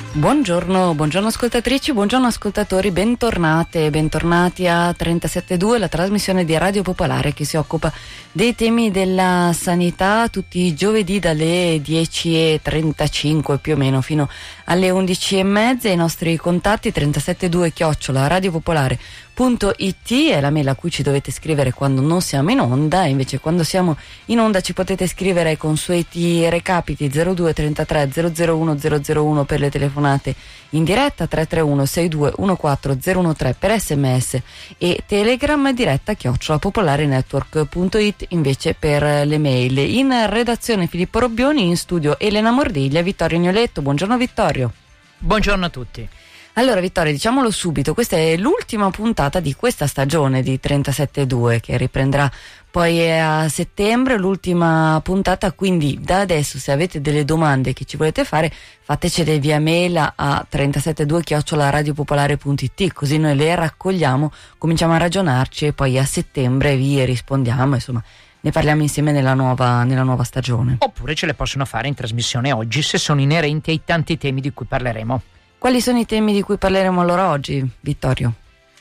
Buongiorno ascoltatrici, buongiorno ascoltatori, bentornate e bentornati a 37.2, la trasmissione di Radio Popolare che si occupa dei temi della sanità tutti i giovedì dalle 10.35 più o meno fino alle 11.30. I nostri contatti 37.2@radiopopolare.it è la mail a cui ci dovete scrivere quando non siamo in onda, e invece quando siamo in onda ci potete scrivere ai consueti recapiti 02 33 001 001 per le telefonate in diretta, 331 62 14 013 per sms e telegram, diretta @popolarenetwork.it invece per le mail. In redazione Filippo Robbioni, in studio Elena Mordiglia, Vittorio Gnoletto. Buongiorno Vittorio. Buongiorno a tutti. Allora Vittorio, diciamolo subito, questa è l'ultima puntata di questa stagione di 37.2 che riprenderà poi a settembre, l'ultima puntata, quindi da adesso se avete delle domande che ci volete fare fatecele via mail a 372@radiopopolare.it, così noi le raccogliamo, cominciamo a ragionarci e poi a settembre vi rispondiamo, insomma ne parliamo insieme nella nuova stagione. Oppure ce le possono fare in trasmissione oggi se sono inerenti ai tanti temi di cui parleremo. Quali sono i temi di cui parleremo allora oggi, Vittorio?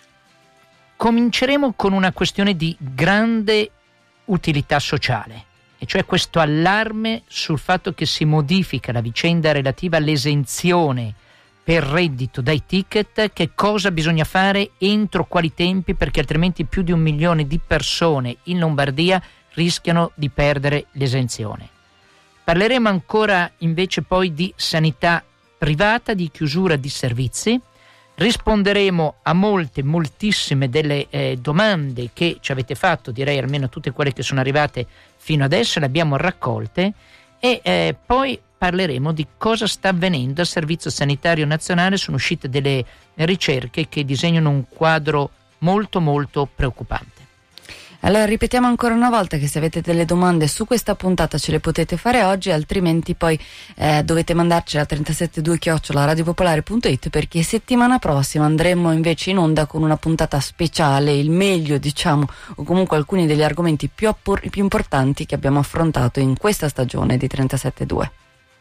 Cominceremo con una questione di grande utilità sociale, e cioè questo allarme sul fatto che si modifica la vicenda relativa all'esenzione per reddito dai ticket. Che cosa bisogna fare, entro quali tempi, perché altrimenti più di 1 milione di persone in Lombardia rischiano di perdere l'esenzione. Parleremo ancora invece poi di sanità privata, di chiusura di servizi. Risponderemo a moltissime delle domande che ci avete fatto, direi almeno tutte quelle che sono arrivate fino adesso, le abbiamo raccolte, e poi parleremo di cosa sta avvenendo al Servizio Sanitario Nazionale. Sono uscite delle ricerche che disegnano un quadro molto preoccupante. Allora ripetiamo ancora una volta che se avete delle domande su questa puntata ce le potete fare oggi, altrimenti poi dovete mandarcela a 372@radiopopolare.it, perché settimana prossima andremo invece in onda con una puntata speciale, il meglio diciamo, o comunque alcuni degli argomenti più importanti che abbiamo affrontato in questa stagione di 37.2.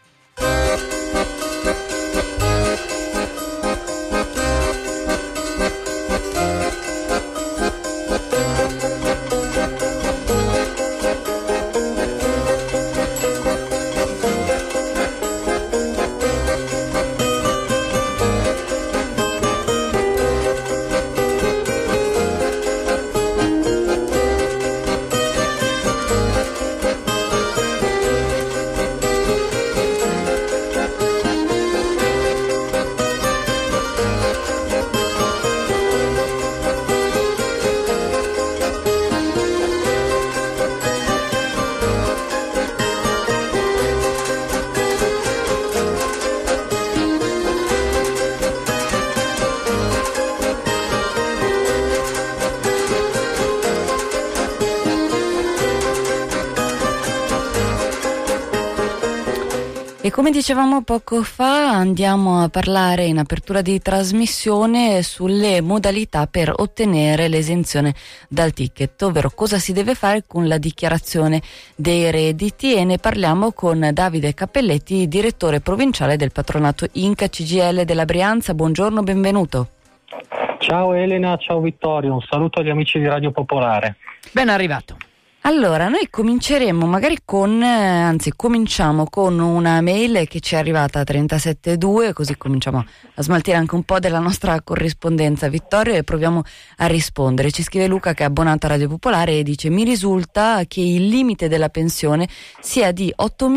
E come dicevamo poco fa, andiamo a parlare in apertura di trasmissione sulle modalità per ottenere l'esenzione dal ticket, ovvero cosa si deve fare con la dichiarazione dei redditi, e ne parliamo con Davide Cappelletti, direttore provinciale del patronato Inca CGIL della Brianza. Buongiorno, benvenuto. Ciao Elena, ciao Vittorio, un saluto agli amici di Radio Popolare. Ben arrivato. Allora, noi cominceremo cominciamo con una mail che ci è arrivata a 37.2, così cominciamo a smaltire anche un po' della nostra corrispondenza, Vittorio, e proviamo a rispondere. Ci scrive Luca, che è abbonato a Radio Popolare, e dice: mi risulta che il limite della pensione sia di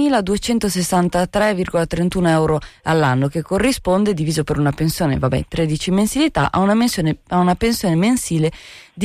8.263,31 euro all'anno, che corrisponde, diviso per una pensione, 13 mensilità, a una pensione mensile di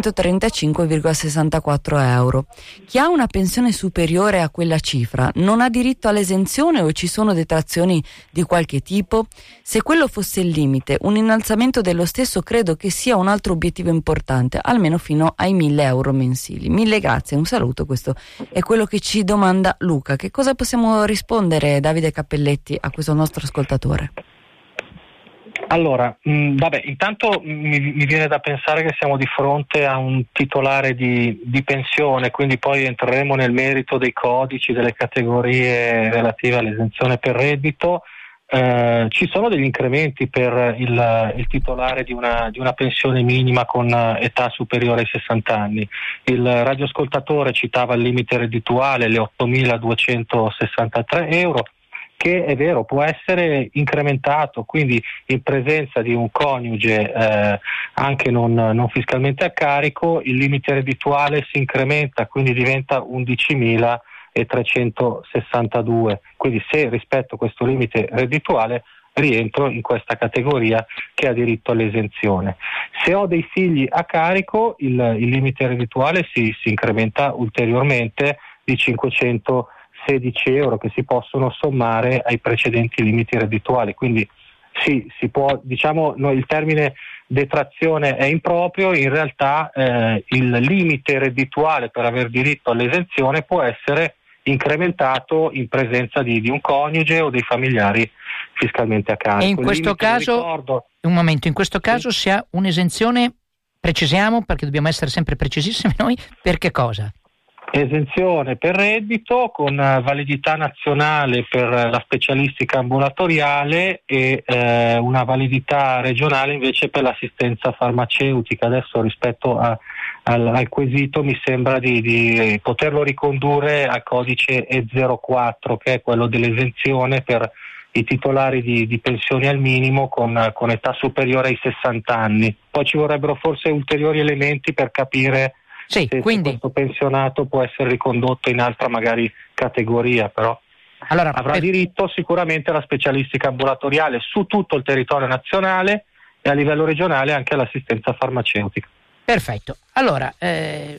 635,64 euro. Chi ha una pensione superiore a quella cifra non ha diritto all'esenzione o ci sono detrazioni di qualche tipo? Se quello fosse il limite, un innalzamento dello stesso credo che sia un altro obiettivo importante, almeno fino ai 1.000 euro mensili. Mille grazie, un saluto. Questo è quello che ci domanda Luca. Che cosa possiamo rispondere, Davide Cappelletti, a questo nostro ascoltatore? Allora, intanto mi viene da pensare che siamo di fronte a un titolare di pensione, quindi poi entreremo nel merito dei codici, delle categorie relative all'esenzione per reddito, ci sono degli incrementi per il titolare di una pensione minima con età superiore ai 60 anni. Il radioascoltatore citava il limite reddituale, le 8.263 euro, che è vero può essere incrementato, quindi in presenza di un coniuge anche non fiscalmente a carico il limite reddituale si incrementa, quindi diventa 11.362, quindi se rispetto questo limite reddituale rientro in questa categoria che ha diritto all'esenzione. Se ho dei figli a carico il limite reddituale si incrementa ulteriormente di 516 euro che si possono sommare ai precedenti limiti reddituali, quindi sì, si può, diciamo, il termine detrazione è improprio, in realtà il limite reddituale per aver diritto all'esenzione può essere incrementato in presenza di un coniuge o dei familiari fiscalmente a carico. E in questo caso, in questo caso si ha un'esenzione, precisiamo perché dobbiamo essere sempre precisissimi noi, per che cosa? Esenzione per reddito con validità nazionale per la specialistica ambulatoriale e una validità regionale invece per l'assistenza farmaceutica. Adesso rispetto al quesito mi sembra di poterlo ricondurre al codice E04, che è quello dell'esenzione per i titolari di pensioni al minimo con età superiore ai 60 anni. Poi ci vorrebbero forse ulteriori elementi per capire se questo pensionato può essere ricondotto in altra magari categoria, però avrà diritto sicuramente alla specialistica ambulatoriale su tutto il territorio nazionale e a livello regionale anche all'assistenza farmaceutica. Perfetto. Allora, c'è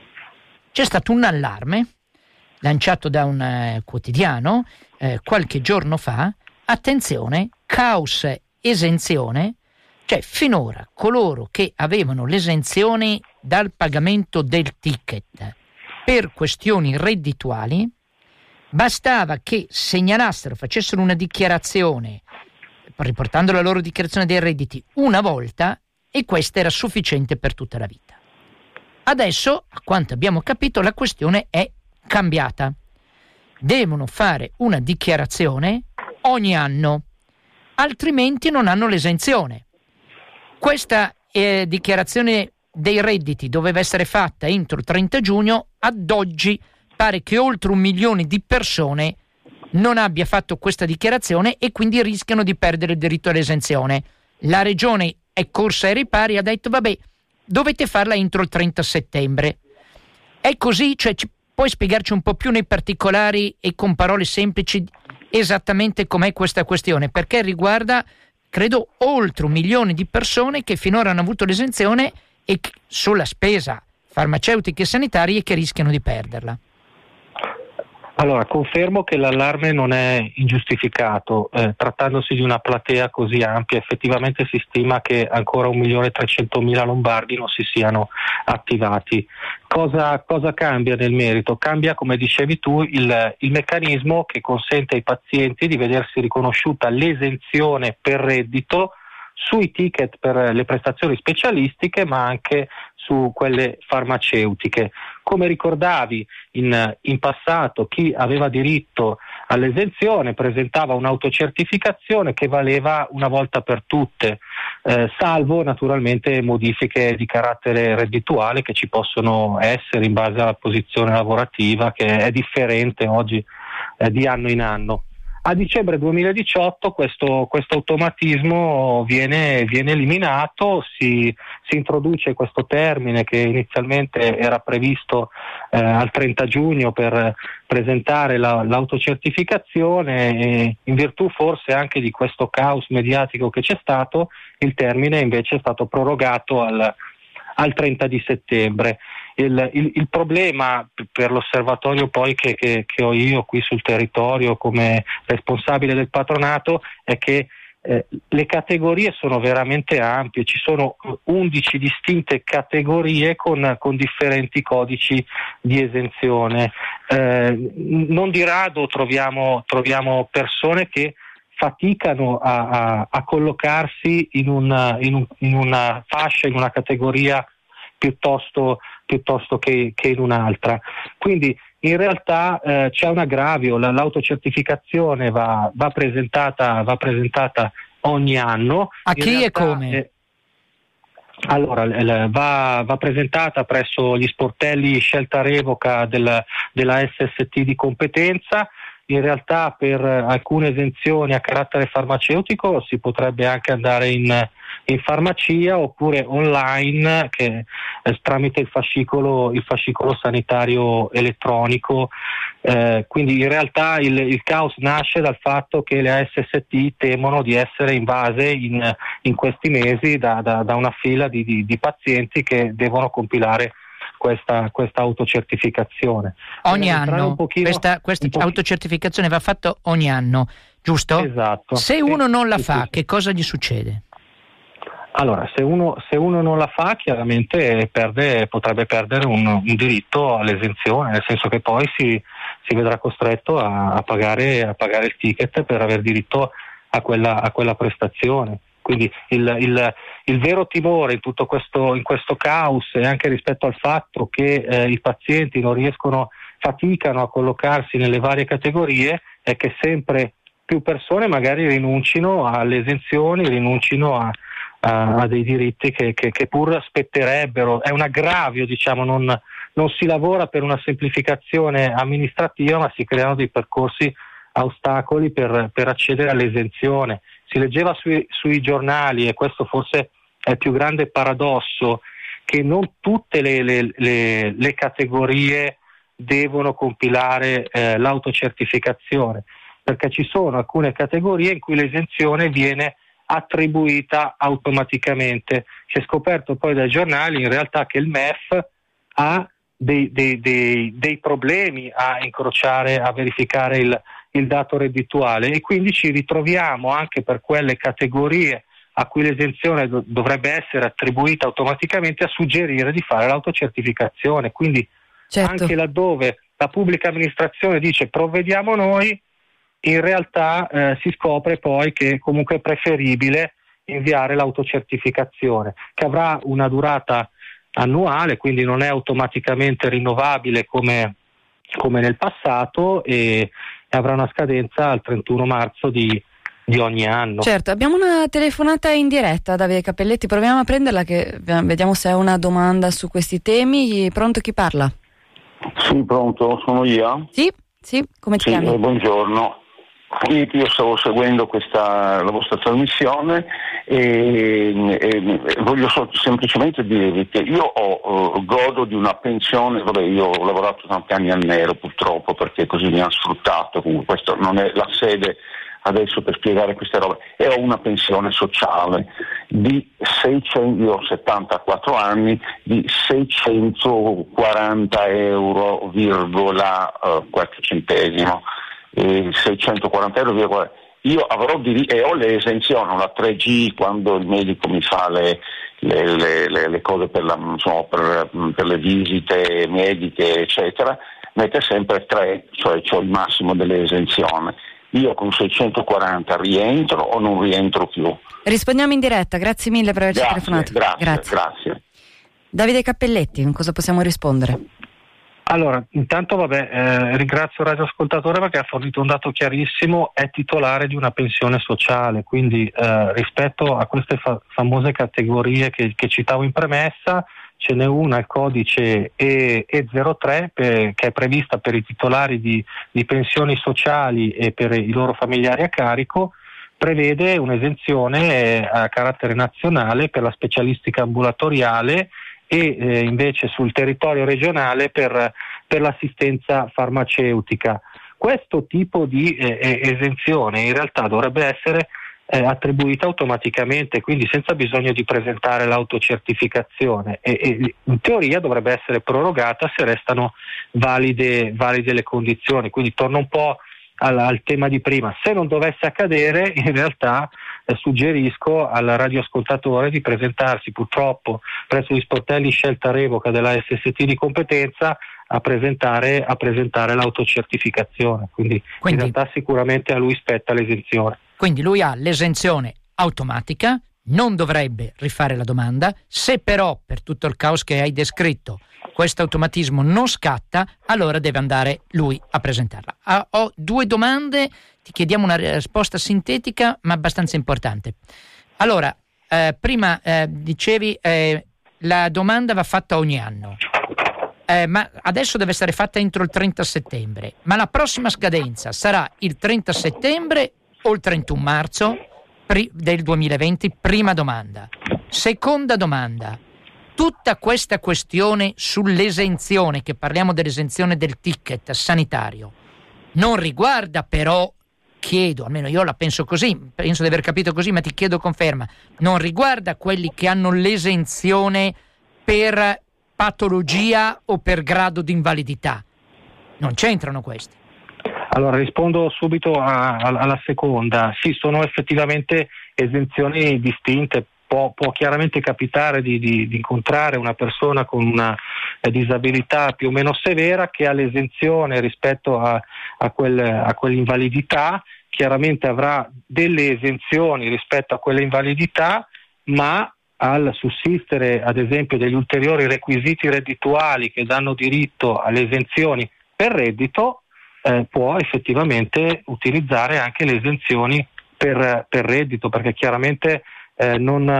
stato un allarme lanciato da un quotidiano qualche giorno fa. Attenzione, caos esenzione, cioè finora coloro che avevano l'esenzione dal pagamento del ticket per questioni reddituali bastava che segnalassero, facessero una dichiarazione riportando la loro dichiarazione dei redditi una volta e questa era sufficiente per tutta la vita. Adesso, a quanto abbiamo capito, la questione è cambiata. Devono fare una dichiarazione ogni anno, altrimenti non hanno l'esenzione. Questa dichiarazione dei redditi doveva essere fatta entro il 30 giugno, ad oggi pare che oltre 1 milione di persone non abbia fatto questa dichiarazione e quindi rischiano di perdere il diritto all'esenzione. La regione è corsa ai ripari e ha detto vabbè, dovete farla entro il 30 settembre. È così? Cioè, puoi spiegarci un po' più nei particolari e con parole semplici esattamente com'è questa questione? Perché riguarda, credo, oltre 1 milione di persone che finora hanno avuto l'esenzione e sulla spesa farmaceutica e sanitaria che rischiano di perderla. Allora, confermo che l'allarme non è ingiustificato, trattandosi di una platea così ampia, effettivamente si stima che ancora 1.300.000 lombardi non si siano attivati. Cosa cambia nel merito? Cambia, come dicevi tu, il meccanismo che consente ai pazienti di vedersi riconosciuta l'esenzione per reddito sui ticket per le prestazioni specialistiche, ma anche su quelle farmaceutiche. Come ricordavi, in passato chi aveva diritto all'esenzione presentava un'autocertificazione che valeva una volta per tutte, salvo naturalmente modifiche di carattere reddituale che ci possono essere in base alla posizione lavorativa, che è differente oggi di anno in anno. A dicembre 2018 questo automatismo viene eliminato, si introduce questo termine che inizialmente era previsto al 30 giugno per presentare l'autocertificazione e in virtù forse anche di questo caos mediatico che c'è stato, il termine invece è stato prorogato al 30 di settembre. Il problema per l'osservatorio poi che ho io qui sul territorio come responsabile del patronato è che le categorie sono veramente ampie, ci sono 11 distinte categorie con differenti codici di esenzione. Non di rado troviamo persone che faticano a collocarsi in una fascia, in una categoria piuttosto che in un'altra. Quindi in realtà c'è un aggravio, l'autocertificazione va presentata ogni anno. A chi e come? Allora, va presentata presso gli sportelli scelta revoca della SST di competenza. In realtà per alcune esenzioni a carattere farmaceutico si potrebbe anche andare in farmacia oppure online tramite il fascicolo sanitario elettronico. Quindi in realtà il caos nasce dal fatto che le ASST temono di essere invase in questi mesi da una fila di pazienti che devono compilare questa autocertificazione. Ogni anno questa autocertificazione va fatta ogni anno, giusto? Esatto. Se uno non la fa, che cosa gli succede? Allora, se uno non la fa, chiaramente potrebbe perdere un diritto all'esenzione, nel senso che poi si vedrà costretto a pagare il ticket per aver diritto a quella prestazione. Quindi il vero timore in tutto in questo caos e anche rispetto al fatto che i pazienti faticano a collocarsi nelle varie categorie è che sempre più persone magari rinuncino alle esenzioni, rinuncino a dei diritti che pur spetterebbero. È un aggravio, diciamo, non si lavora per una semplificazione amministrativa, ma si creano dei percorsi a ostacoli per accedere all'esenzione. Si leggeva sui giornali, e questo forse è il più grande paradosso, che non tutte le categorie devono compilare l'autocertificazione, perché ci sono alcune categorie in cui l'esenzione viene attribuita automaticamente. Si è scoperto poi dai giornali in realtà che il MEF ha dei problemi a incrociare, a verificare il dato reddituale, e quindi ci ritroviamo anche per quelle categorie a cui l'esenzione dovrebbe essere attribuita automaticamente a suggerire di fare l'autocertificazione. Quindi certo, anche laddove la pubblica amministrazione dice provvediamo noi, in realtà si scopre poi che comunque è preferibile inviare l'autocertificazione, che avrà una durata annuale, quindi non è automaticamente rinnovabile come nel passato, e avrà una scadenza al 31 marzo di ogni anno. Certo, abbiamo una telefonata in diretta, Davide Cappelletti, proviamo a prenderla, che vediamo se ha una domanda su questi temi. Pronto, chi parla? Sì, pronto, sono io? Sì, come ti chiami? Buongiorno. Io stavo seguendo la vostra trasmissione e voglio semplicemente dirvi che io godo di una pensione. Io ho lavorato tanti anni al nero purtroppo, perché così mi hanno sfruttato. Comunque questa non è la sede adesso per spiegare queste robe, e ho una pensione sociale di 600, io ho 74 anni, di 640 euro, qualche centesimo. 640 euro, io avrò e ho le esenzioni, la 3G, quando il medico mi fa le cose per le visite mediche eccetera, mette sempre 3, cioè c'ho il massimo dell'esenzione. Io con 640 rientro o non rientro più? Rispondiamo in diretta, grazie mille per averci telefonato. Grazie. Davide Cappelletti, con cosa possiamo rispondere? Allora, intanto ringrazio il radioascoltatore perché ha fornito un dato chiarissimo: è titolare di una pensione sociale, quindi rispetto a queste famose categorie che citavo in premessa, ce n'è una, il codice E03, che è prevista per i titolari di pensioni sociali e per i loro familiari a carico. Prevede un'esenzione a carattere nazionale per la specialistica ambulatoriale e invece sul territorio regionale per l'assistenza farmaceutica. Questo tipo di esenzione in realtà dovrebbe essere attribuita automaticamente, quindi senza bisogno di presentare l'autocertificazione, e in teoria dovrebbe essere prorogata se restano valide le condizioni. Quindi torno un po' al tema di prima: se non dovesse accadere, in realtà suggerisco al radioascoltatore di presentarsi purtroppo presso gli sportelli scelta revoca della SST di competenza a presentare l'autocertificazione. Quindi in realtà sicuramente a lui spetta l'esenzione. Quindi lui ha l'esenzione automatica, non dovrebbe rifare la domanda. Se però, per tutto il caos che hai descritto, questo automatismo non scatta, allora deve andare lui a presentarla. Ho 2 domande, ti chiediamo una risposta sintetica ma abbastanza importante. Allora, prima dicevi la domanda va fatta ogni anno, ma adesso deve essere fatta entro il 30 settembre, ma la prossima scadenza sarà il 30 settembre o il 31 marzo del 2020? Prima domanda. Seconda domanda, tutta questa questione sull'esenzione, che parliamo dell'esenzione del ticket sanitario, non riguarda però, chiedo, almeno io la penso così, penso di aver capito così, ma ti chiedo conferma, non riguarda quelli che hanno l'esenzione per patologia o per grado di invalidità. Non c'entrano questi. Allora rispondo subito alla seconda. Sì, sono effettivamente esenzioni distinte. Può chiaramente capitare di incontrare una persona con una disabilità più o meno severa che ha l'esenzione rispetto a quell'invalidità, chiaramente avrà delle esenzioni rispetto a quell'invalidità, ma al sussistere ad esempio degli ulteriori requisiti reddituali che danno diritto alle esenzioni per reddito, può effettivamente utilizzare anche le esenzioni per reddito, perché chiaramente non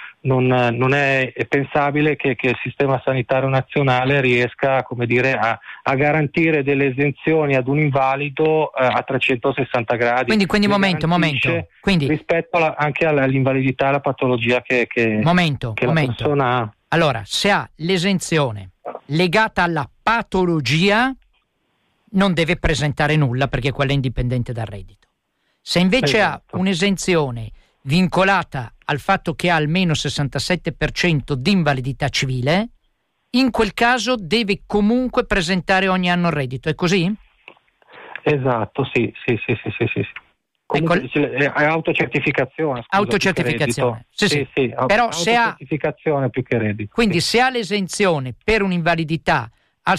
è pensabile che il sistema sanitario nazionale riesca, come dire, a garantire delle esenzioni ad un invalido a 360 gradi. Quindi momento. Quindi, rispetto anche all'invalidità, alla patologia che momento. La persona ha. Allora, se ha l'esenzione legata alla patologia, non deve presentare nulla perché quella è indipendente dal reddito. Se invece ha un'esenzione vincolata al fatto che ha almeno 67% di invalidità civile, in quel caso deve comunque presentare ogni anno il reddito, è così? Esatto, sì. Comunque, è autocertificazione. Scusa, autocertificazione. Sì. Però se ha autocertificazione più che reddito. Quindi se ha l'esenzione per un'invalidità dal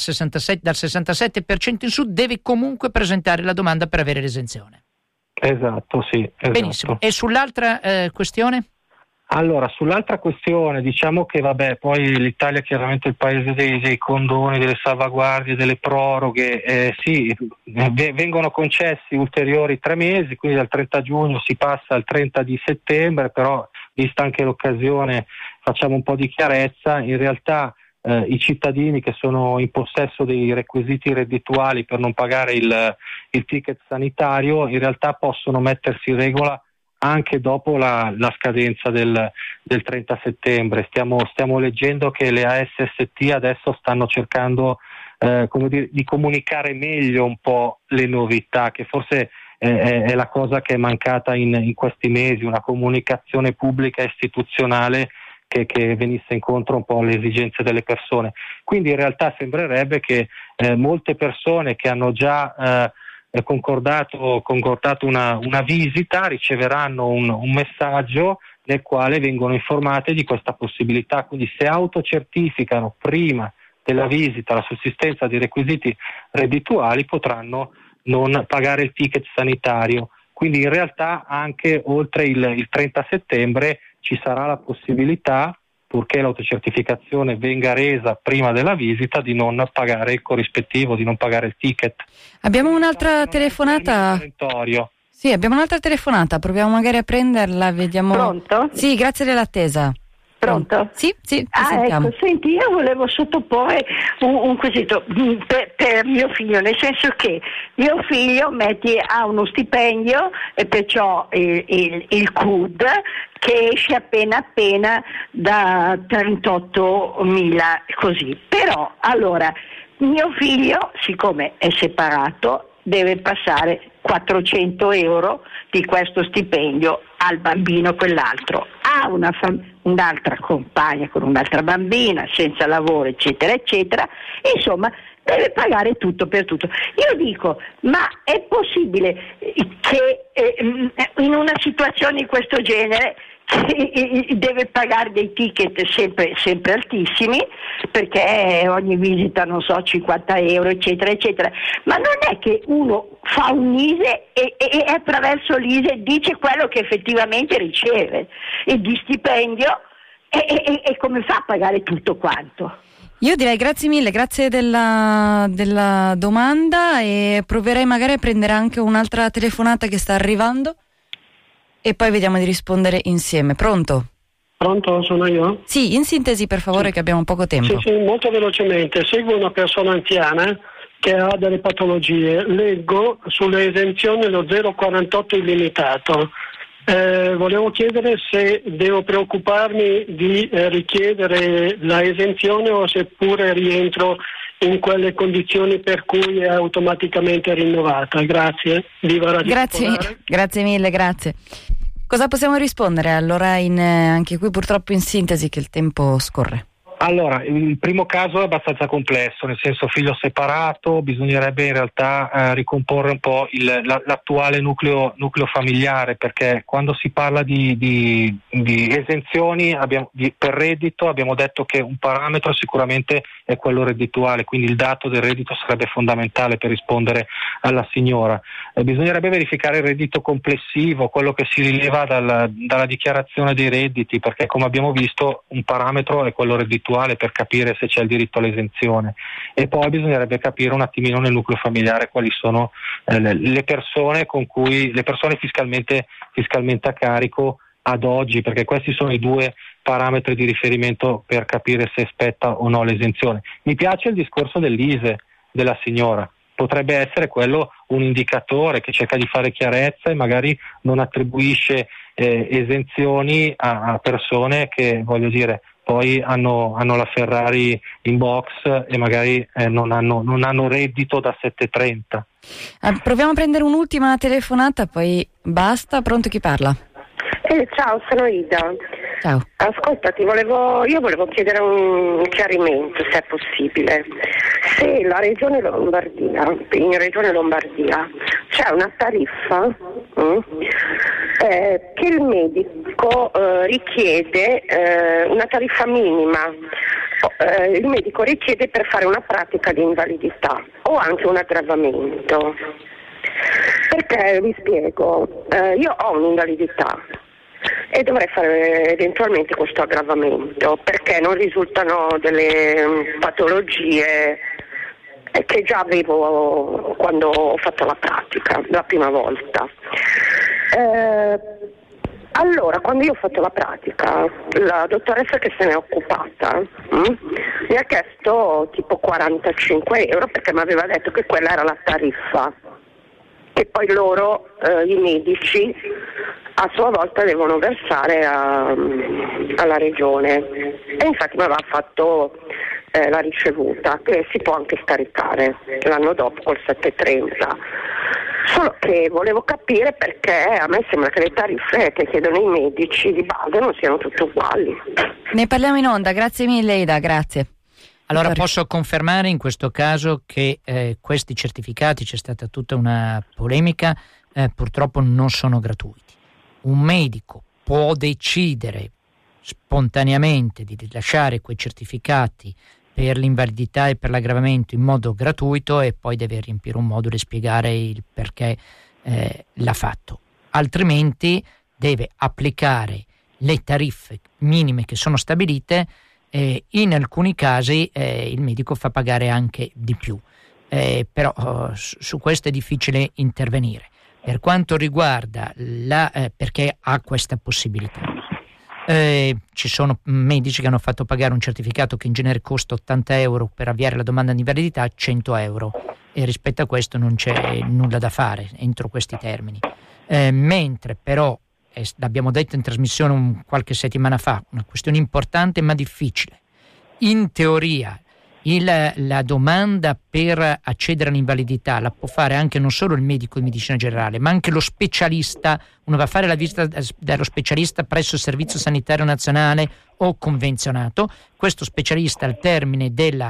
67% in su, deve comunque presentare la domanda per avere l'esenzione. Esatto, sì. Esatto. Benissimo. E sull'altra questione? Allora, sull'altra questione, diciamo che poi l'Italia è chiaramente il paese dei condoni, delle salvaguardie, delle proroghe, vengono concessi ulteriori 3 mesi, quindi dal 30 giugno si passa al 30 di settembre, però vista anche l'occasione facciamo un po' di chiarezza. In realtà i cittadini che sono in possesso dei requisiti reddituali per non pagare il ticket sanitario in realtà possono mettersi in regola anche dopo la scadenza del 30 settembre. Stiamo leggendo che le ASST adesso stanno cercando di comunicare meglio un po' le novità, che forse è la cosa che è mancata in questi mesi, una comunicazione pubblica e istituzionale che venisse incontro un po' alle esigenze delle persone. Quindi in realtà sembrerebbe che molte persone che hanno già concordato una visita riceveranno un messaggio nel quale vengono informate di questa possibilità, quindi se autocertificano prima della visita la sussistenza di requisiti reddituali potranno non pagare il ticket sanitario. Quindi in realtà anche oltre il 30 settembre ci sarà la possibilità, purché l'autocertificazione venga resa prima della visita, di non pagare il corrispettivo, di non pagare il ticket. Abbiamo un'altra telefonata. Sì, abbiamo un'altra telefonata, proviamo magari a prenderla, vediamo. Pronto? Sì, grazie dell'attesa. Pronto? Sì, ti sentiamo. Ecco, senti, io volevo sottoporre un quesito per mio figlio, nel senso che mio figlio ha uno stipendio e perciò il CUD che esce appena da 38.000 così. Però, allora, mio figlio, siccome è separato, deve passare 400 euro di questo stipendio al bambino quell'altro. Ha un'altra compagna con un'altra bambina, senza lavoro, eccetera, eccetera, insomma deve pagare tutto per tutto. Io dico, ma è possibile che in una situazione di questo genere deve pagare dei ticket sempre altissimi, perché ogni visita, non so, 50 euro, eccetera, eccetera. Ma non è che uno fa un ISEE e attraverso l'ISEE dice quello che effettivamente riceve, e di stipendio, e come fa a pagare tutto quanto? Io direi grazie mille, grazie della domanda, e proverei magari a prendere anche un'altra telefonata che sta arrivando e poi vediamo di rispondere insieme. Pronto? Pronto, sono io? Sì, in sintesi per favore, sì, che abbiamo poco tempo. Sì, molto velocemente. Seguo una persona anziana che ha delle patologie. Leggo sulle esenzioni lo 0,48 illimitato. Volevo chiedere se devo preoccuparmi di richiedere la esenzione o se pure rientro in quelle condizioni per cui è automaticamente rinnovata. Grazie. Viva Radio Popolare. Grazie mille, grazie. Cosa possiamo rispondere? Allora, anche qui purtroppo in sintesi, che il tempo scorre. Allora, il primo caso è abbastanza complesso, nel senso figlio separato, bisognerebbe in realtà ricomporre un po' l'attuale nucleo familiare, perché quando si parla di esenzioni per reddito abbiamo detto che un parametro sicuramente è quello reddituale, quindi il dato del reddito sarebbe fondamentale per rispondere alla signora. Bisognerebbe verificare il reddito complessivo, quello che si rileva dalla dichiarazione dei redditi, perché come abbiamo visto un parametro è quello reddituale per capire se c'è il diritto all'esenzione, e poi bisognerebbe capire un attimino nel nucleo familiare quali sono le persone fiscalmente a carico ad oggi, perché questi sono i due parametri di riferimento per capire se spetta o no l'esenzione. Mi piace il discorso dell'ISEE della signora, potrebbe essere quello un indicatore che cerca di fare chiarezza e magari non attribuisce esenzioni a persone che, voglio dire, poi hanno la Ferrari in box e magari non hanno reddito da 730. Proviamo a prendere un'ultima telefonata, poi basta. Pronto, chi parla? Ciao, sono Ida. Ciao. Ascoltati, io volevo chiedere un chiarimento, se è possibile. Se in Regione Lombardia c'è una tariffa che il medico richiede, una tariffa minima, il medico richiede per fare una pratica di invalidità o anche un aggravamento. Perché vi spiego, io ho un'invalidità e dovrei fare eventualmente questo aggravamento perché non risultano delle patologie che già avevo quando ho fatto la pratica la prima volta. Allora, quando io ho fatto la pratica, la dottoressa che se ne è occupata mi ha chiesto tipo 45 euro perché mi aveva detto che quella era la tariffa, che poi loro, i medici, a sua volta devono versare alla regione. E infatti mi aveva fatto la ricevuta, che si può anche scaricare l'anno dopo col 730. Solo che volevo capire perché a me sembra che le tariffe che chiedono i medici di base non siano tutte uguali. Ne parliamo in onda, grazie mille Ida, grazie. Allora posso confermare in questo caso che questi certificati, c'è stata tutta una polemica, purtroppo non sono gratuiti. Un medico può decidere spontaneamente di rilasciare quei certificati per l'invalidità e per l'aggravamento in modo gratuito e poi deve riempire un modulo e spiegare il perché l'ha fatto. Altrimenti deve applicare le tariffe minime che sono stabilite. In alcuni casi il medico fa pagare anche di più, però su questo è difficile intervenire. Per quanto riguarda perché ha questa possibilità, ci sono medici che hanno fatto pagare un certificato che in genere costa 80 euro per avviare la domanda di invalidità, 100 euro, e rispetto a questo non c'è nulla da fare entro questi termini, mentre però l'abbiamo detto in trasmissione qualche settimana fa, una questione importante ma difficile. In teoria la domanda per accedere all'invalidità la può fare anche non solo il medico di medicina generale, ma anche lo specialista. Uno va a fare la visita dallo specialista presso il Servizio Sanitario Nazionale o convenzionato. Questo specialista al termine della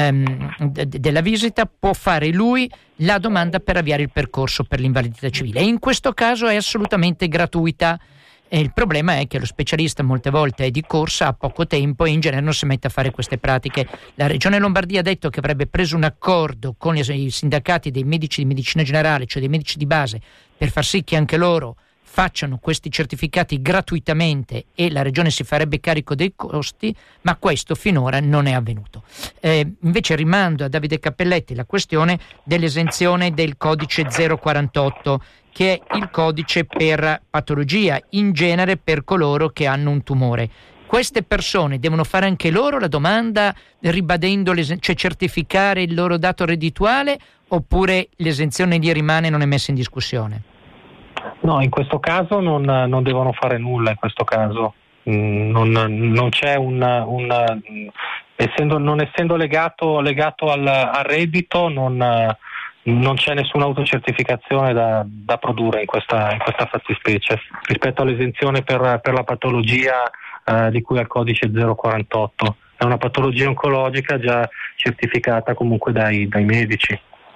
visita può fare lui la domanda per avviare il percorso per l'invalidità civile, e in questo caso è assolutamente gratuita. E il problema è che lo specialista molte volte è di corsa, ha poco tempo e in genere non si mette a fare queste pratiche. La Regione Lombardia ha detto che avrebbe preso un accordo con i sindacati dei medici di medicina generale, cioè dei medici di base, per far sì che anche loro facciano questi certificati gratuitamente e la Regione si farebbe carico dei costi, ma questo finora non è avvenuto. Invece rimando a Davide Cappelletti la questione dell'esenzione del codice 048, che è il codice per patologia, in genere per coloro che hanno un tumore. Queste persone devono fare anche loro la domanda ribadendo cioè certificare il loro dato reddituale, oppure l'esenzione gli rimane e non è messa in discussione? No, in questo caso non devono fare nulla, in questo caso. Non c'è non essendo legato al reddito, non c'è nessuna autocertificazione da produrre in questa fattispecie rispetto all'esenzione per la patologia di cui al codice 048. È una patologia oncologica già certificata comunque dai medici.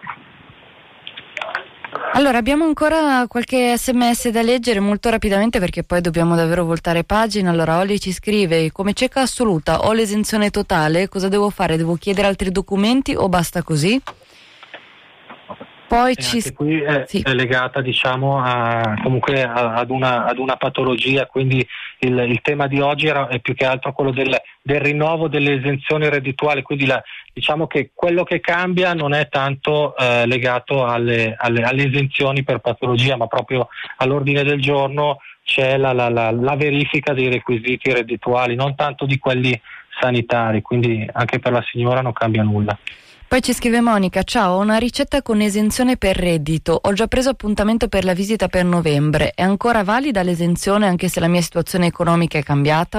Allora, abbiamo ancora qualche sms da leggere molto rapidamente perché poi dobbiamo davvero voltare pagina. Allora, Olli ci scrive: come cieca assoluta ho l'esenzione totale, cosa devo fare? Devo chiedere altri documenti o basta così? Poi qui è legata, diciamo, ad una patologia, quindi il tema di oggi è più che altro quello del rinnovo delle esenzioni reddituali, quindi diciamo che quello che cambia non è tanto legato alle esenzioni per patologia, ma proprio all'ordine del giorno c'è la verifica dei requisiti reddituali, non tanto di quelli sanitari, quindi anche per la signora non cambia nulla. Poi ci scrive Monica: ciao, ho una ricetta con esenzione per reddito, ho già preso appuntamento per la visita per novembre, è ancora valida l'esenzione anche se la mia situazione economica è cambiata?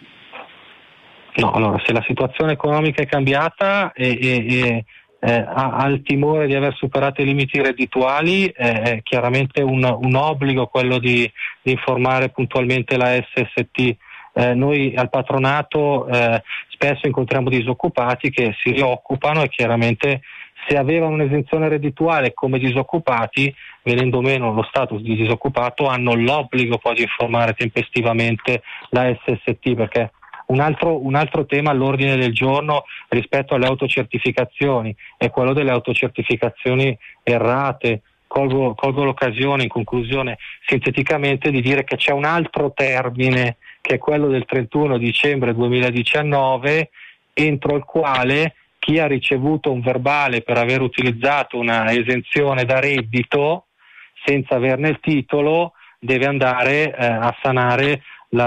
No, allora se la situazione economica è cambiata e ha il timore di aver superato i limiti reddituali, è chiaramente un obbligo quello di informare puntualmente la SST. Noi al patronato spesso incontriamo disoccupati che si rioccupano e chiaramente se avevano un'esenzione reddituale come disoccupati, venendo meno lo status di disoccupato, hanno l'obbligo poi di informare tempestivamente la SST, perché un altro tema all'ordine del giorno rispetto alle autocertificazioni è quello delle autocertificazioni errate. Colgo l'occasione in conclusione sinteticamente di dire che c'è un altro termine che è quello del 31 dicembre 2019, entro il quale chi ha ricevuto un verbale per aver utilizzato una esenzione da reddito senza averne il titolo deve andare a sanare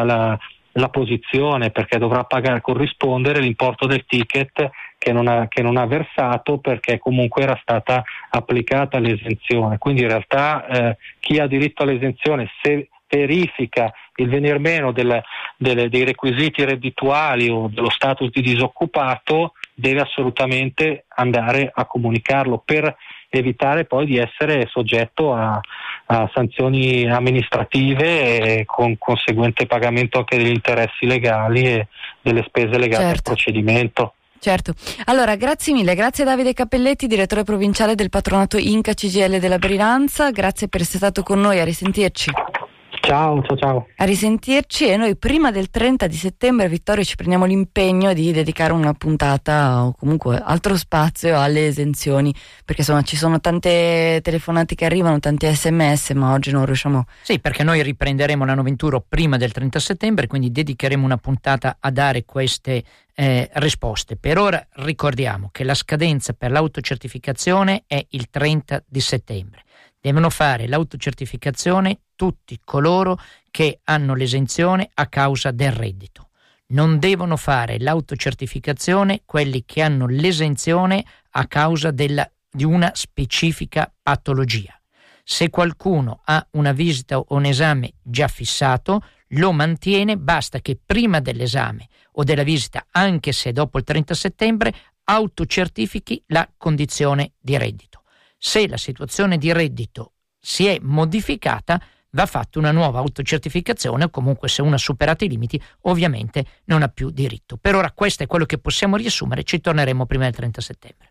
la posizione, perché dovrà corrispondere l'importo del ticket che non ha versato, perché comunque era stata applicata l'esenzione. Quindi in realtà chi ha diritto all'esenzione, se verifica il venir meno dei requisiti reddituali o dello status di disoccupato, deve assolutamente andare a comunicarlo per evitare poi di essere soggetto a sanzioni amministrative e con conseguente pagamento anche degli interessi legali e delle spese legate al procedimento. Certo. Allora, grazie mille, grazie a Davide Cappelletti, direttore provinciale del patronato Inca CGIL della Brianza, grazie per essere stato con noi, a risentirci. Ciao. A risentirci, e noi prima del 30 di settembre, Vittorio, ci prendiamo l'impegno di dedicare una puntata o comunque altro spazio alle esenzioni, perché insomma ci sono tante telefonate che arrivano, tanti sms, ma oggi non riusciamo. Sì, perché noi riprenderemo la Noventuro prima del 30 settembre, quindi dedicheremo una puntata a dare queste risposte. Per ora ricordiamo che la scadenza per l'autocertificazione è il 30 di settembre. Devono fare l'autocertificazione tutti coloro che hanno l'esenzione a causa del reddito. Non devono fare l'autocertificazione quelli che hanno l'esenzione a causa di una specifica patologia. Se qualcuno ha una visita o un esame già fissato, lo mantiene, basta che prima dell'esame o della visita, anche se dopo il 30 settembre, autocertifichi la condizione di reddito. Se la situazione di reddito si è modificata, va fatta una nuova autocertificazione, o comunque se uno ha superato i limiti ovviamente non ha più diritto. Per ora questo è quello che possiamo riassumere, ci torneremo prima del 30 settembre.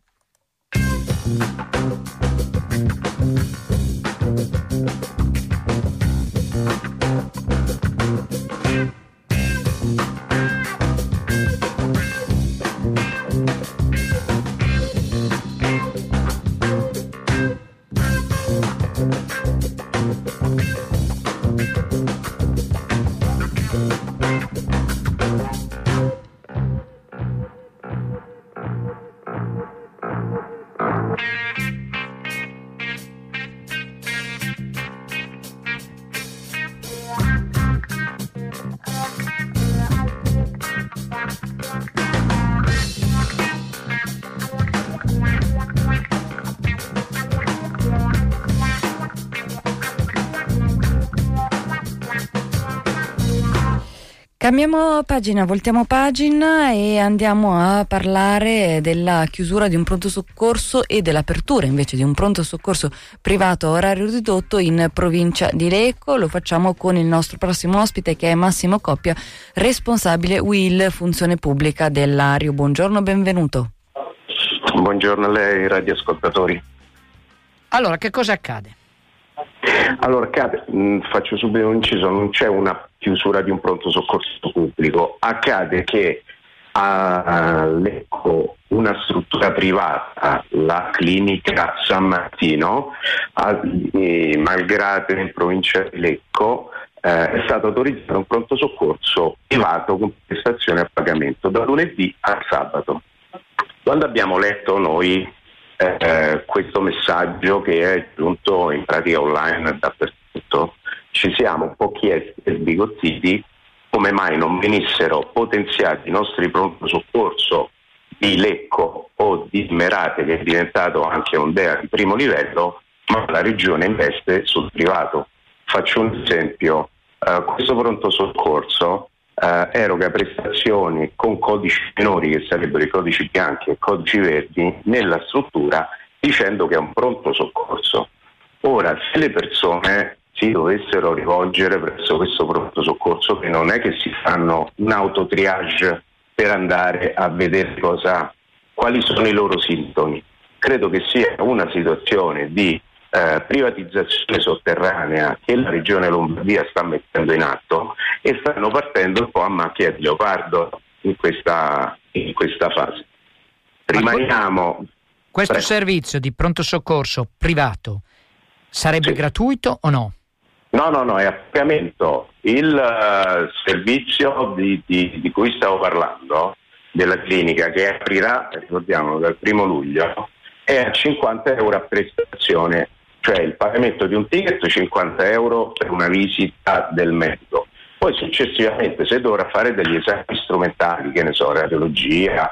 Cambiamo pagina, voltiamo pagina e andiamo a parlare della chiusura di un pronto soccorso e dell'apertura invece di un pronto soccorso privato a orario ridotto in provincia di Lecco. Lo facciamo con il nostro prossimo ospite, che è Massimo Coppia, responsabile UIL Funzione Pubblica del Lario. Buongiorno, benvenuto. Buongiorno a lei, radioascoltatori. Allora, che cosa accade? Allora, faccio subito un inciso, non c'è una chiusura di un pronto soccorso pubblico, accade che a Lecco una struttura privata, la clinica San Martino, a Malgrate in provincia di Lecco, è stato autorizzato un pronto soccorso privato con prestazione a pagamento da lunedì al sabato. Quando abbiamo letto noi questo messaggio che è giunto in pratica online dappertutto, ci siamo un po' chiesti e sbigottiti come mai non venissero potenziati i nostri pronto soccorso di Lecco o di Merate, che è diventato anche un DEA di primo livello, ma la regione investe sul privato. Faccio un esempio, questo pronto soccorso eroga prestazioni con codici minori, che sarebbero i codici bianchi e codici verdi, nella struttura, dicendo che è un pronto soccorso. Ora, se le persone si dovessero rivolgere presso questo pronto soccorso, che non è che si fanno un autotriage per andare a vedere quali sono i loro sintomi, credo che sia una situazione di privatizzazione sotterranea che la regione Lombardia sta mettendo in atto, e stanno partendo un po' a macchia di leopardo in questa fase. Rimaniamo. Questo servizio di pronto soccorso privato sarebbe gratuito o no? No, è a pagamento. Il servizio di cui stavo parlando, della clinica, che aprirà, ricordiamo, dal 1 luglio, è a 50 euro a prestazione, cioè il pagamento di un ticket, 50 euro per una visita del medico. Poi successivamente, se dovrà fare degli esami strumentali, che ne so, radiologia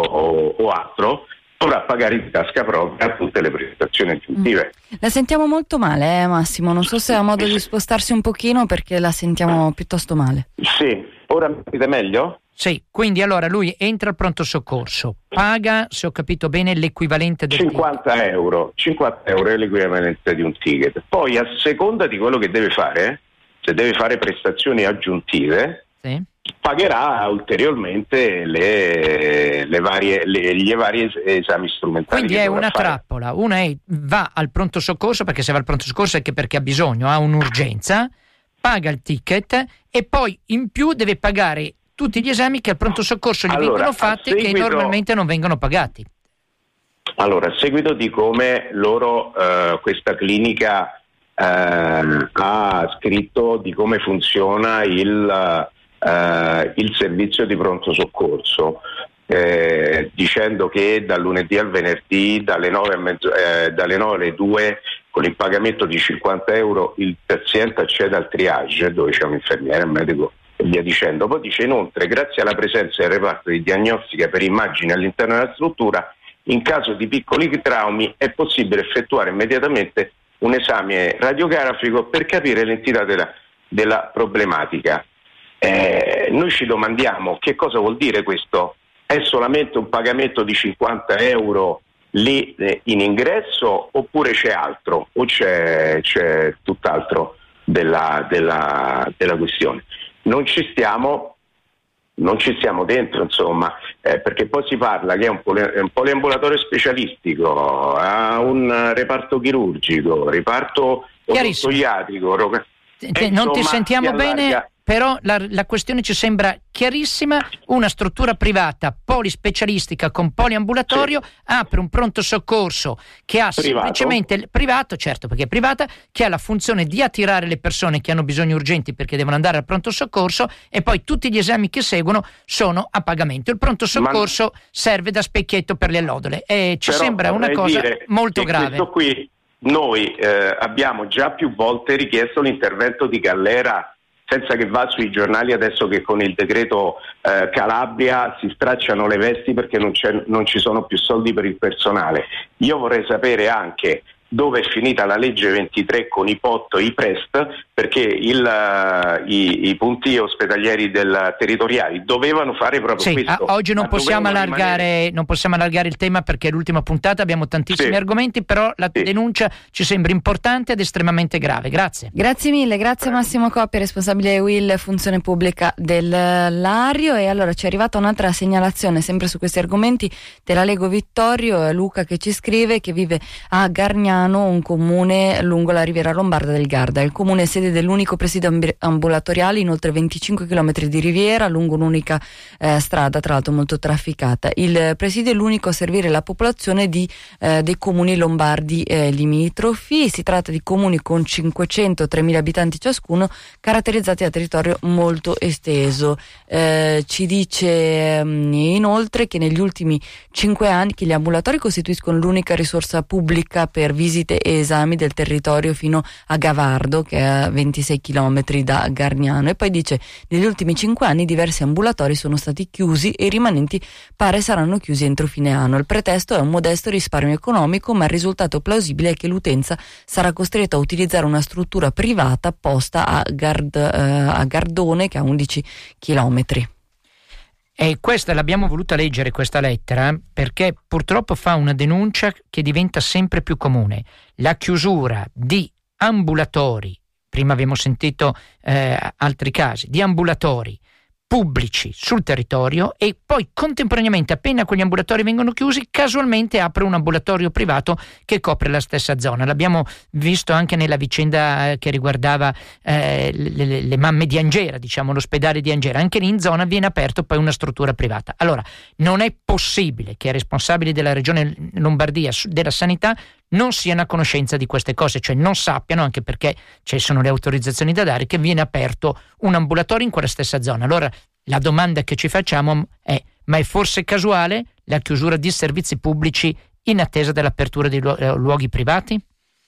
o altro, dovrà pagare in tasca propria tutte le prestazioni aggiuntive. La sentiamo molto male, Massimo, non so se ha modo di spostarsi un pochino, perché la sentiamo piuttosto male. Sì, ora mi sentite meglio? Sì, quindi allora lui entra al pronto soccorso, paga, se ho capito bene, l'equivalente del 50 euro. 50 euro è l'equivalente di un ticket. Poi, a seconda di quello che deve fare, se deve fare prestazioni aggiuntive, sì, pagherà ulteriormente gli vari esami strumentali. Quindi è una trappola. Una va al pronto soccorso, perché se va al pronto soccorso è perché ha bisogno, ha un'urgenza, paga il ticket e poi in più deve pagare tutti gli esami che al pronto soccorso gli vengono fatti, che normalmente non vengono pagati. Allora, a seguito di come loro, questa clinica ha scritto di come funziona il servizio di pronto soccorso, dicendo che dal lunedì al venerdì dalle 9 alle 2 con il pagamento di 50 euro il paziente accede al triage, dove c'è un infermiere, un medico e via dicendo. Poi dice inoltre, grazie alla presenza del reparto di diagnostica per immagini all'interno della struttura, in caso di piccoli traumi è possibile effettuare immediatamente un esame radiografico per capire l'entità della problematica. Noi ci domandiamo che cosa vuol dire questo. È solamente un pagamento di 50 euro lì in ingresso, oppure c'è altro, o c'è tutt'altro della questione? Non ci stiamo dentro, insomma, perché poi si parla che è un poliambulatorio specialistico, ha un reparto chirurgico, reparto odontoiatrico. Non ti sentiamo bene, però la questione ci sembra chiarissima. Una struttura privata polispecialistica con poliambulatorio apre un pronto soccorso che ha semplicemente privato, certo, perché è privata, che ha la funzione di attirare le persone che hanno bisogni urgenti perché devono andare al pronto soccorso, e poi tutti gli esami che seguono sono a pagamento. Il pronto soccorso serve da specchietto per le allodole e ci sembra una cosa molto grave. Questo qui noi abbiamo già più volte richiesto l'intervento di Gallera, senza che va sui giornali adesso che con il decreto Calabria si stracciano le vesti perché non ci sono più soldi per il personale. Io vorrei sapere anche dove è finita la legge 23 con i POT e i PREST, perché i punti ospedalieri territoriali dovevano fare proprio questo. Oggi non possiamo allargare il tema perché è l'ultima puntata, abbiamo tantissimi argomenti, però la denuncia ci sembra importante ed estremamente grave. Grazie. Grazie mille, grazie Massimo Coppi, responsabile UIL Funzione Pubblica del Lario. E allora ci è arrivata un'altra segnalazione sempre su questi argomenti, te la leggo Vittorio, Luca che ci scrive che vive a Gargnano, un comune lungo la riviera lombarda del Garda. Il comune è sede dell'unico presidio ambulatoriale in oltre 25 km di riviera lungo un'unica strada, tra l'altro molto trafficata. Il presidio è l'unico a servire la popolazione dei comuni lombardi limitrofi. Si tratta di comuni con 500-3.000 abitanti ciascuno, caratterizzati da territorio molto esteso. Ci dice inoltre che negli ultimi 5 anni che gli ambulatori costituiscono l'unica risorsa pubblica per visite e esami del territorio fino a Gavardo, che è a 26 km da Gargnano. E poi dice negli ultimi 5 anni diversi ambulatori sono stati chiusi e i rimanenti pare saranno chiusi entro fine anno. Il pretesto è un modesto risparmio economico, ma il risultato plausibile è che l'utenza sarà costretta a utilizzare una struttura privata posta a Gardone, che ha 11 chilometri. E questa l'abbiamo voluta leggere, questa lettera, perché purtroppo fa una denuncia che diventa sempre più comune. La chiusura di ambulatori, prima abbiamo sentito altri casi, di ambulatori pubblici sul territorio, e poi contemporaneamente, appena quegli ambulatori vengono chiusi, casualmente apre un ambulatorio privato che copre la stessa zona. L'abbiamo visto anche nella vicenda che riguardava le mamme di Angera, diciamo l'ospedale di Angera. Anche lì in zona viene aperto poi una struttura privata. Allora, non è possibile che i responsabili della regione Lombardia della sanità non siano a conoscenza di queste cose, cioè non sappiano, anche perché ci sono le autorizzazioni da dare, che viene aperto un ambulatorio in quella stessa zona. Allora la domanda che ci facciamo è: ma è forse casuale la chiusura di servizi pubblici in attesa dell'apertura di luoghi privati?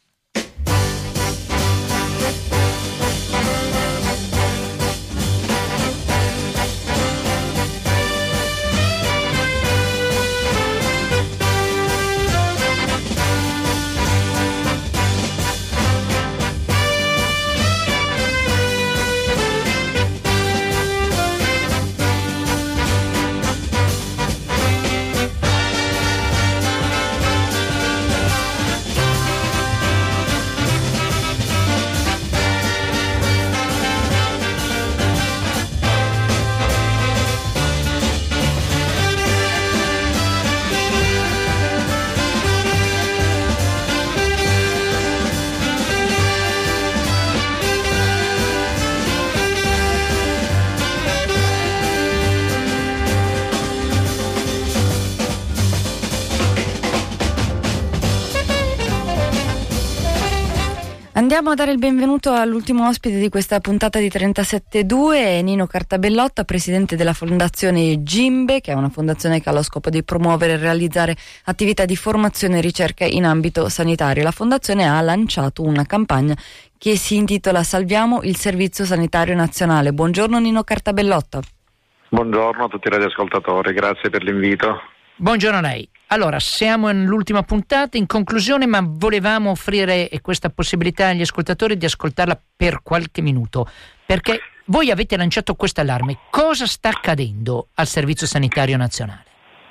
Andiamo a dare il benvenuto all'ultimo ospite di questa puntata di 37.2, Nino Cartabellotta, presidente della fondazione Gimbe, che è una fondazione che ha lo scopo di promuovere e realizzare attività di formazione e ricerca in ambito sanitario. La fondazione ha lanciato una campagna che si intitola Salviamo il Servizio Sanitario Nazionale. Buongiorno Nino Cartabellotta. Buongiorno a tutti i radioascoltatori, grazie per l'invito. Buongiorno a lei. Allora, siamo nell'ultima puntata, in conclusione, ma volevamo offrire questa possibilità agli ascoltatori di ascoltarla per qualche minuto, perché voi avete lanciato questo allarme. Cosa sta accadendo al Servizio Sanitario Nazionale?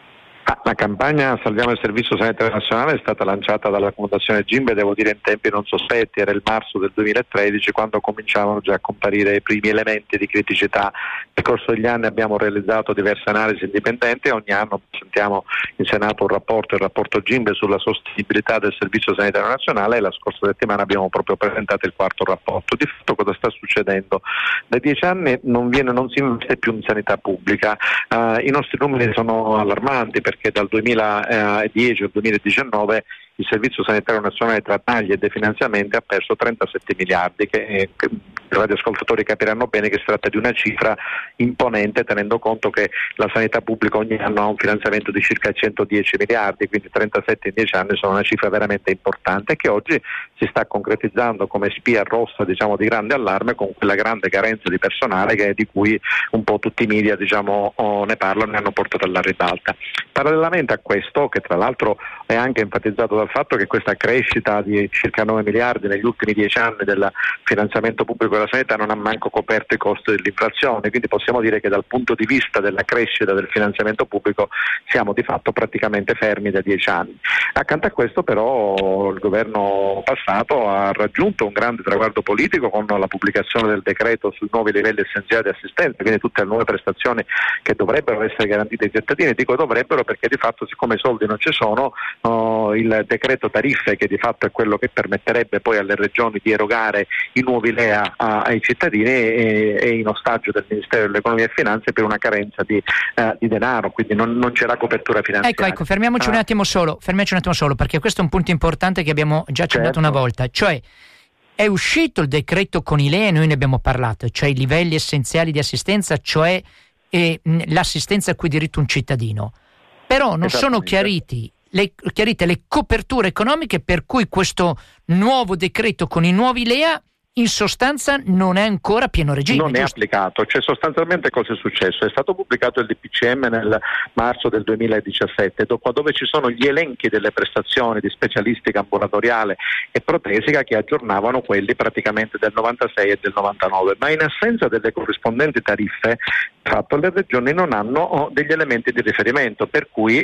La campagna Salviamo il Servizio Sanitario Nazionale è stata lanciata dalla Fondazione Gimbe, devo dire in tempi non sospetti. Era il marzo del 2013 quando cominciavano già a comparire i primi elementi di criticità. Nel corso degli anni abbiamo realizzato diverse analisi indipendenti e ogni anno presentiamo in Senato il rapporto Gimbe sulla sostenibilità del Servizio Sanitario Nazionale, e la scorsa settimana abbiamo proprio presentato il quarto rapporto. Di fatto cosa sta succedendo? Da 10 anni non si investe più in sanità pubblica. I nostri numeri sono allarmanti, perché dal 2010 al 2019 il Servizio Sanitario Nazionale, tra tagli e definanziamenti, ha perso 37 miliardi, che i radioascoltatori capiranno bene che si tratta di una cifra imponente, tenendo conto che la sanità pubblica ogni anno ha un finanziamento di circa 110 miliardi, quindi 37 in 10 anni sono una cifra veramente importante, che oggi si sta concretizzando come spia rossa, diciamo, di grande allarme, con quella grande carenza di personale di cui un po' tutti i media, diciamo, ne parlano e hanno portato alla ribalta. Parallelamente a questo, che tra l'altro è anche enfatizzato dal al fatto che questa crescita di circa 9 miliardi negli ultimi 10 anni del finanziamento pubblico della sanità non ha manco coperto i costi dell'inflazione, quindi possiamo dire che dal punto di vista della crescita del finanziamento pubblico siamo di fatto praticamente fermi da 10 anni. Accanto a questo però il governo passato ha raggiunto un grande traguardo politico con la pubblicazione del decreto sui nuovi livelli essenziali di assistenza, quindi tutte le nuove prestazioni che dovrebbero essere garantite ai cittadini. Dico dovrebbero perché di fatto, siccome i soldi non ci sono, il decreto tariffe, che di fatto è quello che permetterebbe poi alle regioni di erogare i nuovi LEA ai cittadini, è in ostaggio del Ministero dell'Economia e Finanze per una carenza di denaro, quindi non c'è la copertura finanziaria. Ecco, fermiamoci un attimo solo, perché questo è un punto importante che abbiamo già accennato una volta, cioè è uscito il decreto con i LEA, noi ne abbiamo parlato, cioè i livelli essenziali di assistenza, cioè l'assistenza a cui ha diritto un cittadino, però non sono chiarite le coperture economiche per cui questo nuovo decreto con i nuovi LEA in sostanza non è ancora a pieno regime. Non è applicato, cioè sostanzialmente cosa è successo? È stato pubblicato il DPCM nel marzo del 2017, dove ci sono gli elenchi delle prestazioni di specialistica ambulatoriale e protesica che aggiornavano quelli praticamente del 96 e del 99, ma in assenza delle corrispondenti tariffe, fatto le regioni non hanno degli elementi di riferimento, per cui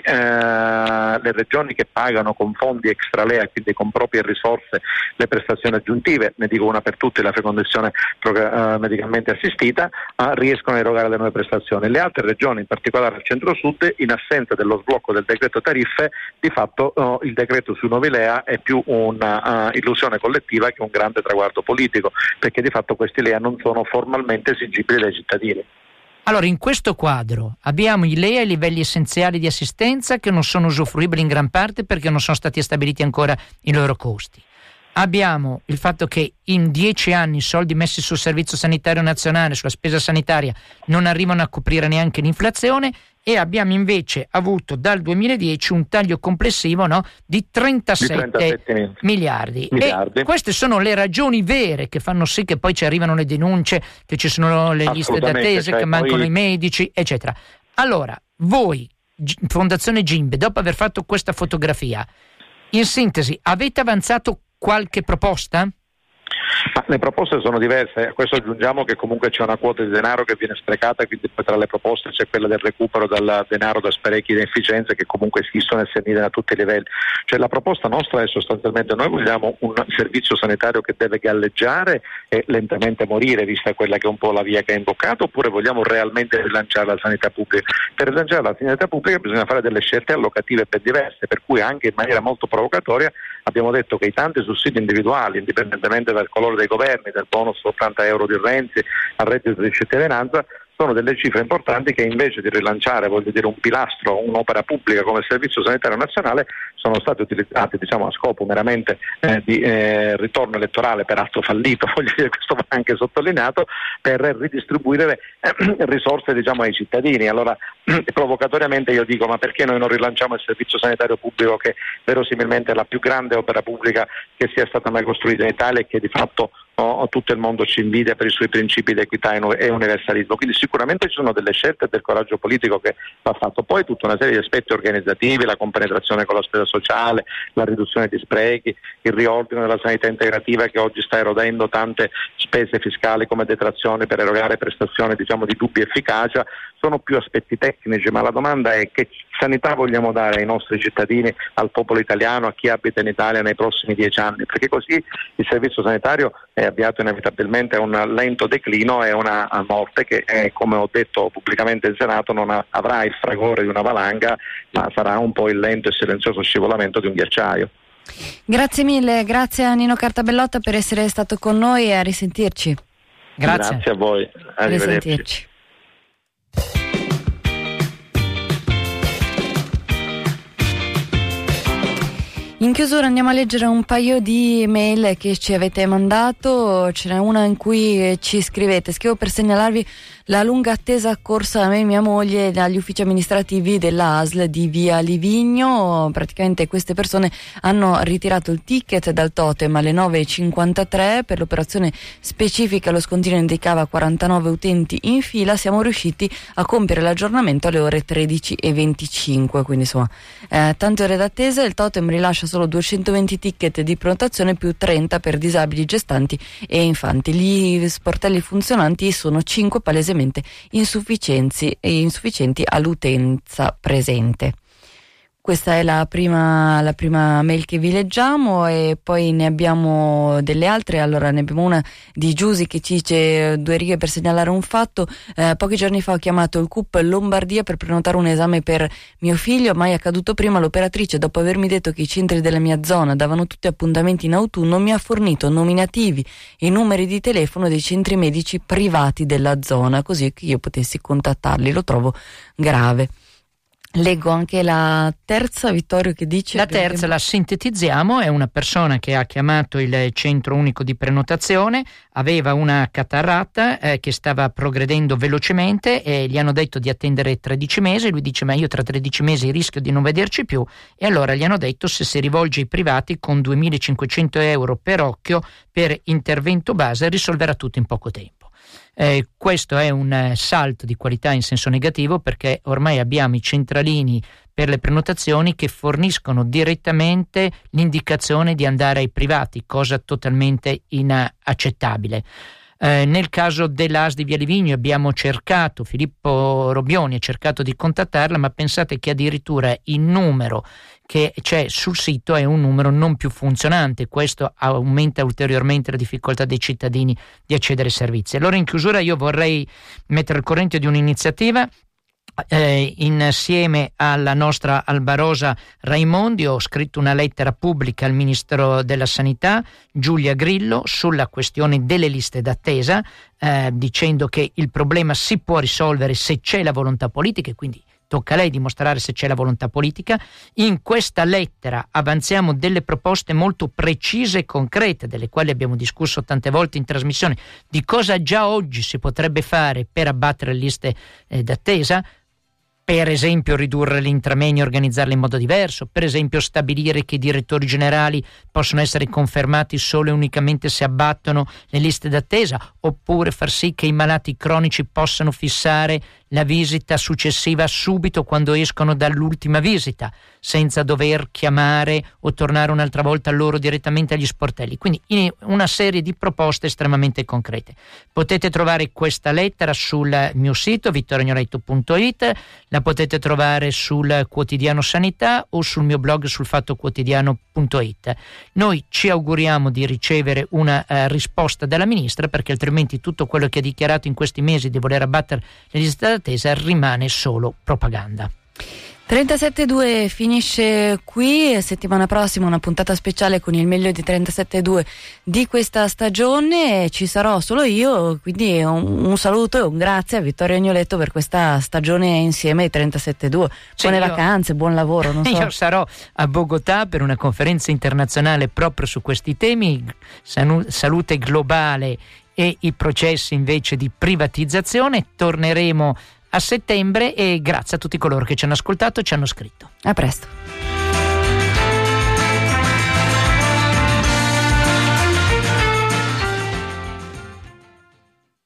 le regioni che pagano con fondi extra LEA, quindi con proprie risorse, le prestazioni aggiuntive, ne dico una per tutte, la fecondazione medicalmente assistita, riescono a erogare le nuove prestazioni. Le altre regioni, in particolare al centro-sud, in assenza dello sblocco del decreto tariffe, di fatto il decreto sui nuovi LEA è più una illusione collettiva che un grande traguardo politico, perché di fatto questi LEA non sono formalmente esigibili dai cittadini. Allora, in questo quadro abbiamo i LEA, i livelli essenziali di assistenza, che non sono usufruibili in gran parte perché non sono stati stabiliti ancora i loro costi. Abbiamo il fatto che in 10 anni i soldi messi sul Servizio Sanitario Nazionale, sulla spesa sanitaria, non arrivano a coprire neanche l'inflazione, e abbiamo invece avuto dal 2010 un taglio complessivo di 37 miliardi. E queste sono le ragioni vere che fanno sì che poi ci arrivano le denunce, che ci sono le liste d'attesa, che mancano i medici, eccetera. Allora, voi, Fondazione Gimbe, dopo aver fatto questa fotografia, in sintesi, avete avanzato qualche proposta? Le proposte sono diverse, a questo aggiungiamo che comunque c'è una quota di denaro che viene sprecata, quindi poi tra le proposte c'è quella del recupero del denaro da sprechi e inefficienze che comunque esistono e si annidano a tutti i livelli. Cioè la proposta nostra è sostanzialmente: noi vogliamo un servizio sanitario che deve galleggiare e lentamente morire, vista quella che è un po' la via che ha imboccato, oppure vogliamo realmente rilanciare la sanità pubblica? Per rilanciare la sanità pubblica bisogna fare delle scelte allocative ben diverse, per cui anche in maniera molto provocatoria abbiamo detto che i tanti sussidi individuali, indipendentemente dal colore dei governi, del bonus 80 euro di Renzi al reddito di cittadinanza, sono delle cifre importanti che invece di rilanciare, un pilastro, un'opera pubblica come il Servizio Sanitario Nazionale, sono state utilizzate a scopo meramente di ritorno elettorale, peraltro fallito, voglio dire, questo va anche sottolineato, per ridistribuire risorse ai cittadini. Allora provocatoriamente io dico: ma perché noi non rilanciamo il Servizio Sanitario Pubblico, che verosimilmente è la più grande opera pubblica che sia stata mai costruita in Italia e che di fatto tutto il mondo ci invidia per i suoi principi di equità e universalismo. Quindi sicuramente ci sono delle scelte del coraggio politico che va fatto, poi tutta una serie di aspetti organizzativi, la compenetrazione con la spesa sociale, la riduzione di sprechi, il riordino della sanità integrativa che oggi sta erodendo tante spese fiscali come detrazioni per erogare prestazioni di dubbia efficacia. Sono più aspetti tecnici, ma la domanda è: che sanità vogliamo dare ai nostri cittadini, al popolo italiano, a chi abita in Italia nei prossimi 10 anni? Perché così il servizio sanitario è avviato inevitabilmente a un lento declino e una morte che, come ho detto pubblicamente in Senato, non avrà il fragore di una valanga, ma sarà un po' il lento e silenzioso scivolamento di un ghiacciaio. Grazie mille, grazie a Nino Cartabellotta per essere stato con noi, e a risentirci. Grazie a voi, arrivederci. In chiusura andiamo a leggere un paio di mail che ci avete mandato. Ce n'è una in cui ci scrivete: scrivo per segnalarvi La lunga attesa accorsa a me e mia moglie dagli uffici amministrativi della ASL di Via Livigno. Praticamente queste persone hanno ritirato il ticket dal totem alle 9:53. Per l'operazione specifica lo scontrino indicava 49 utenti in fila. Siamo riusciti a compiere l'aggiornamento alle ore 13:25, quindi insomma tante ore d'attesa. Il totem rilascia solo 220 ticket di prenotazione più 30 per disabili, gestanti e infanti. Gli sportelli funzionanti sono 5 palesemente insufficienti all'utenza presente. Questa è la prima mail che vi leggiamo, e poi ne abbiamo delle altre. Allora, ne abbiamo una di Giusy che ci dice 2 righe per segnalare un fatto. Pochi giorni fa ho chiamato il CUP Lombardia per prenotare un esame per mio figlio. Mai accaduto prima, l'operatrice, dopo avermi detto che i centri della mia zona davano tutti appuntamenti in autunno, mi ha fornito nominativi e numeri di telefono dei centri medici privati della zona, così che io potessi contattarli. Lo trovo grave. Leggo anche la terza, Vittorio, che dice... La terza la sintetizziamo, è una persona che ha chiamato il centro unico di prenotazione, aveva una catarrata che stava progredendo velocemente e gli hanno detto di attendere 13 mesi, lui dice ma io tra 13 mesi rischio di non vederci più, e allora gli hanno detto se si rivolge ai privati con 2.500 euro per occhio per intervento base risolverà tutto in poco tempo. Questo è un salto di qualità in senso negativo, perché ormai abbiamo i centralini per le prenotazioni che forniscono direttamente l'indicazione di andare ai privati, cosa totalmente inaccettabile. Nel caso dell'AS di Via Livigno abbiamo cercato, Filippo Robioni ha cercato di contattarla, ma pensate che addirittura il numero che c'è sul sito è un numero non più funzionante. Questo aumenta ulteriormente la difficoltà dei cittadini di accedere ai servizi. Allora, in chiusura, io vorrei mettere al corrente di un'iniziativa. Insieme alla nostra Alba Rosa Raimondi ho scritto una lettera pubblica al Ministro della Sanità, Giulia Grillo, sulla questione delle liste d'attesa, dicendo che il problema si può risolvere se c'è la volontà politica, e quindi tocca a lei dimostrare se c'è la volontà politica. In questa lettera avanziamo delle proposte molto precise e concrete, delle quali abbiamo discusso tante volte in trasmissione, di cosa già oggi si potrebbe fare per abbattere le liste d'attesa. Per esempio ridurre l'intramoenia e organizzarle in modo diverso, per esempio stabilire che i direttori generali possono essere confermati solo e unicamente se abbattono le liste d'attesa, oppure far sì che i malati cronici possano fissare la visita successiva subito quando escono dall'ultima visita, senza dover chiamare o tornare un'altra volta loro direttamente agli sportelli. Quindi una serie di proposte estremamente concrete. Potete trovare questa lettera sul mio sito vittoriagnoletto.it, la potete trovare sul Quotidiano Sanità o sul mio blog sul fattoquotidiano.it. Noi ci auguriamo di ricevere una risposta dalla Ministra, perché altrimenti tutto quello che ha dichiarato in questi mesi di voler abbattere le liste d'attesa rimane solo propaganda. 37.2 finisce qui. Settimana prossima una puntata speciale con il meglio di 37.2 di questa stagione. Ci sarò solo io, quindi un saluto e un grazie a Vittorio Agnoletto per questa stagione insieme ai 37.2. Buone vacanze, buon lavoro. Non so. Io sarò a Bogotà per una conferenza internazionale proprio su questi temi, salute globale e i processi invece di privatizzazione. Torneremo a settembre, e grazie a tutti coloro che ci hanno ascoltato e ci hanno scritto. A presto.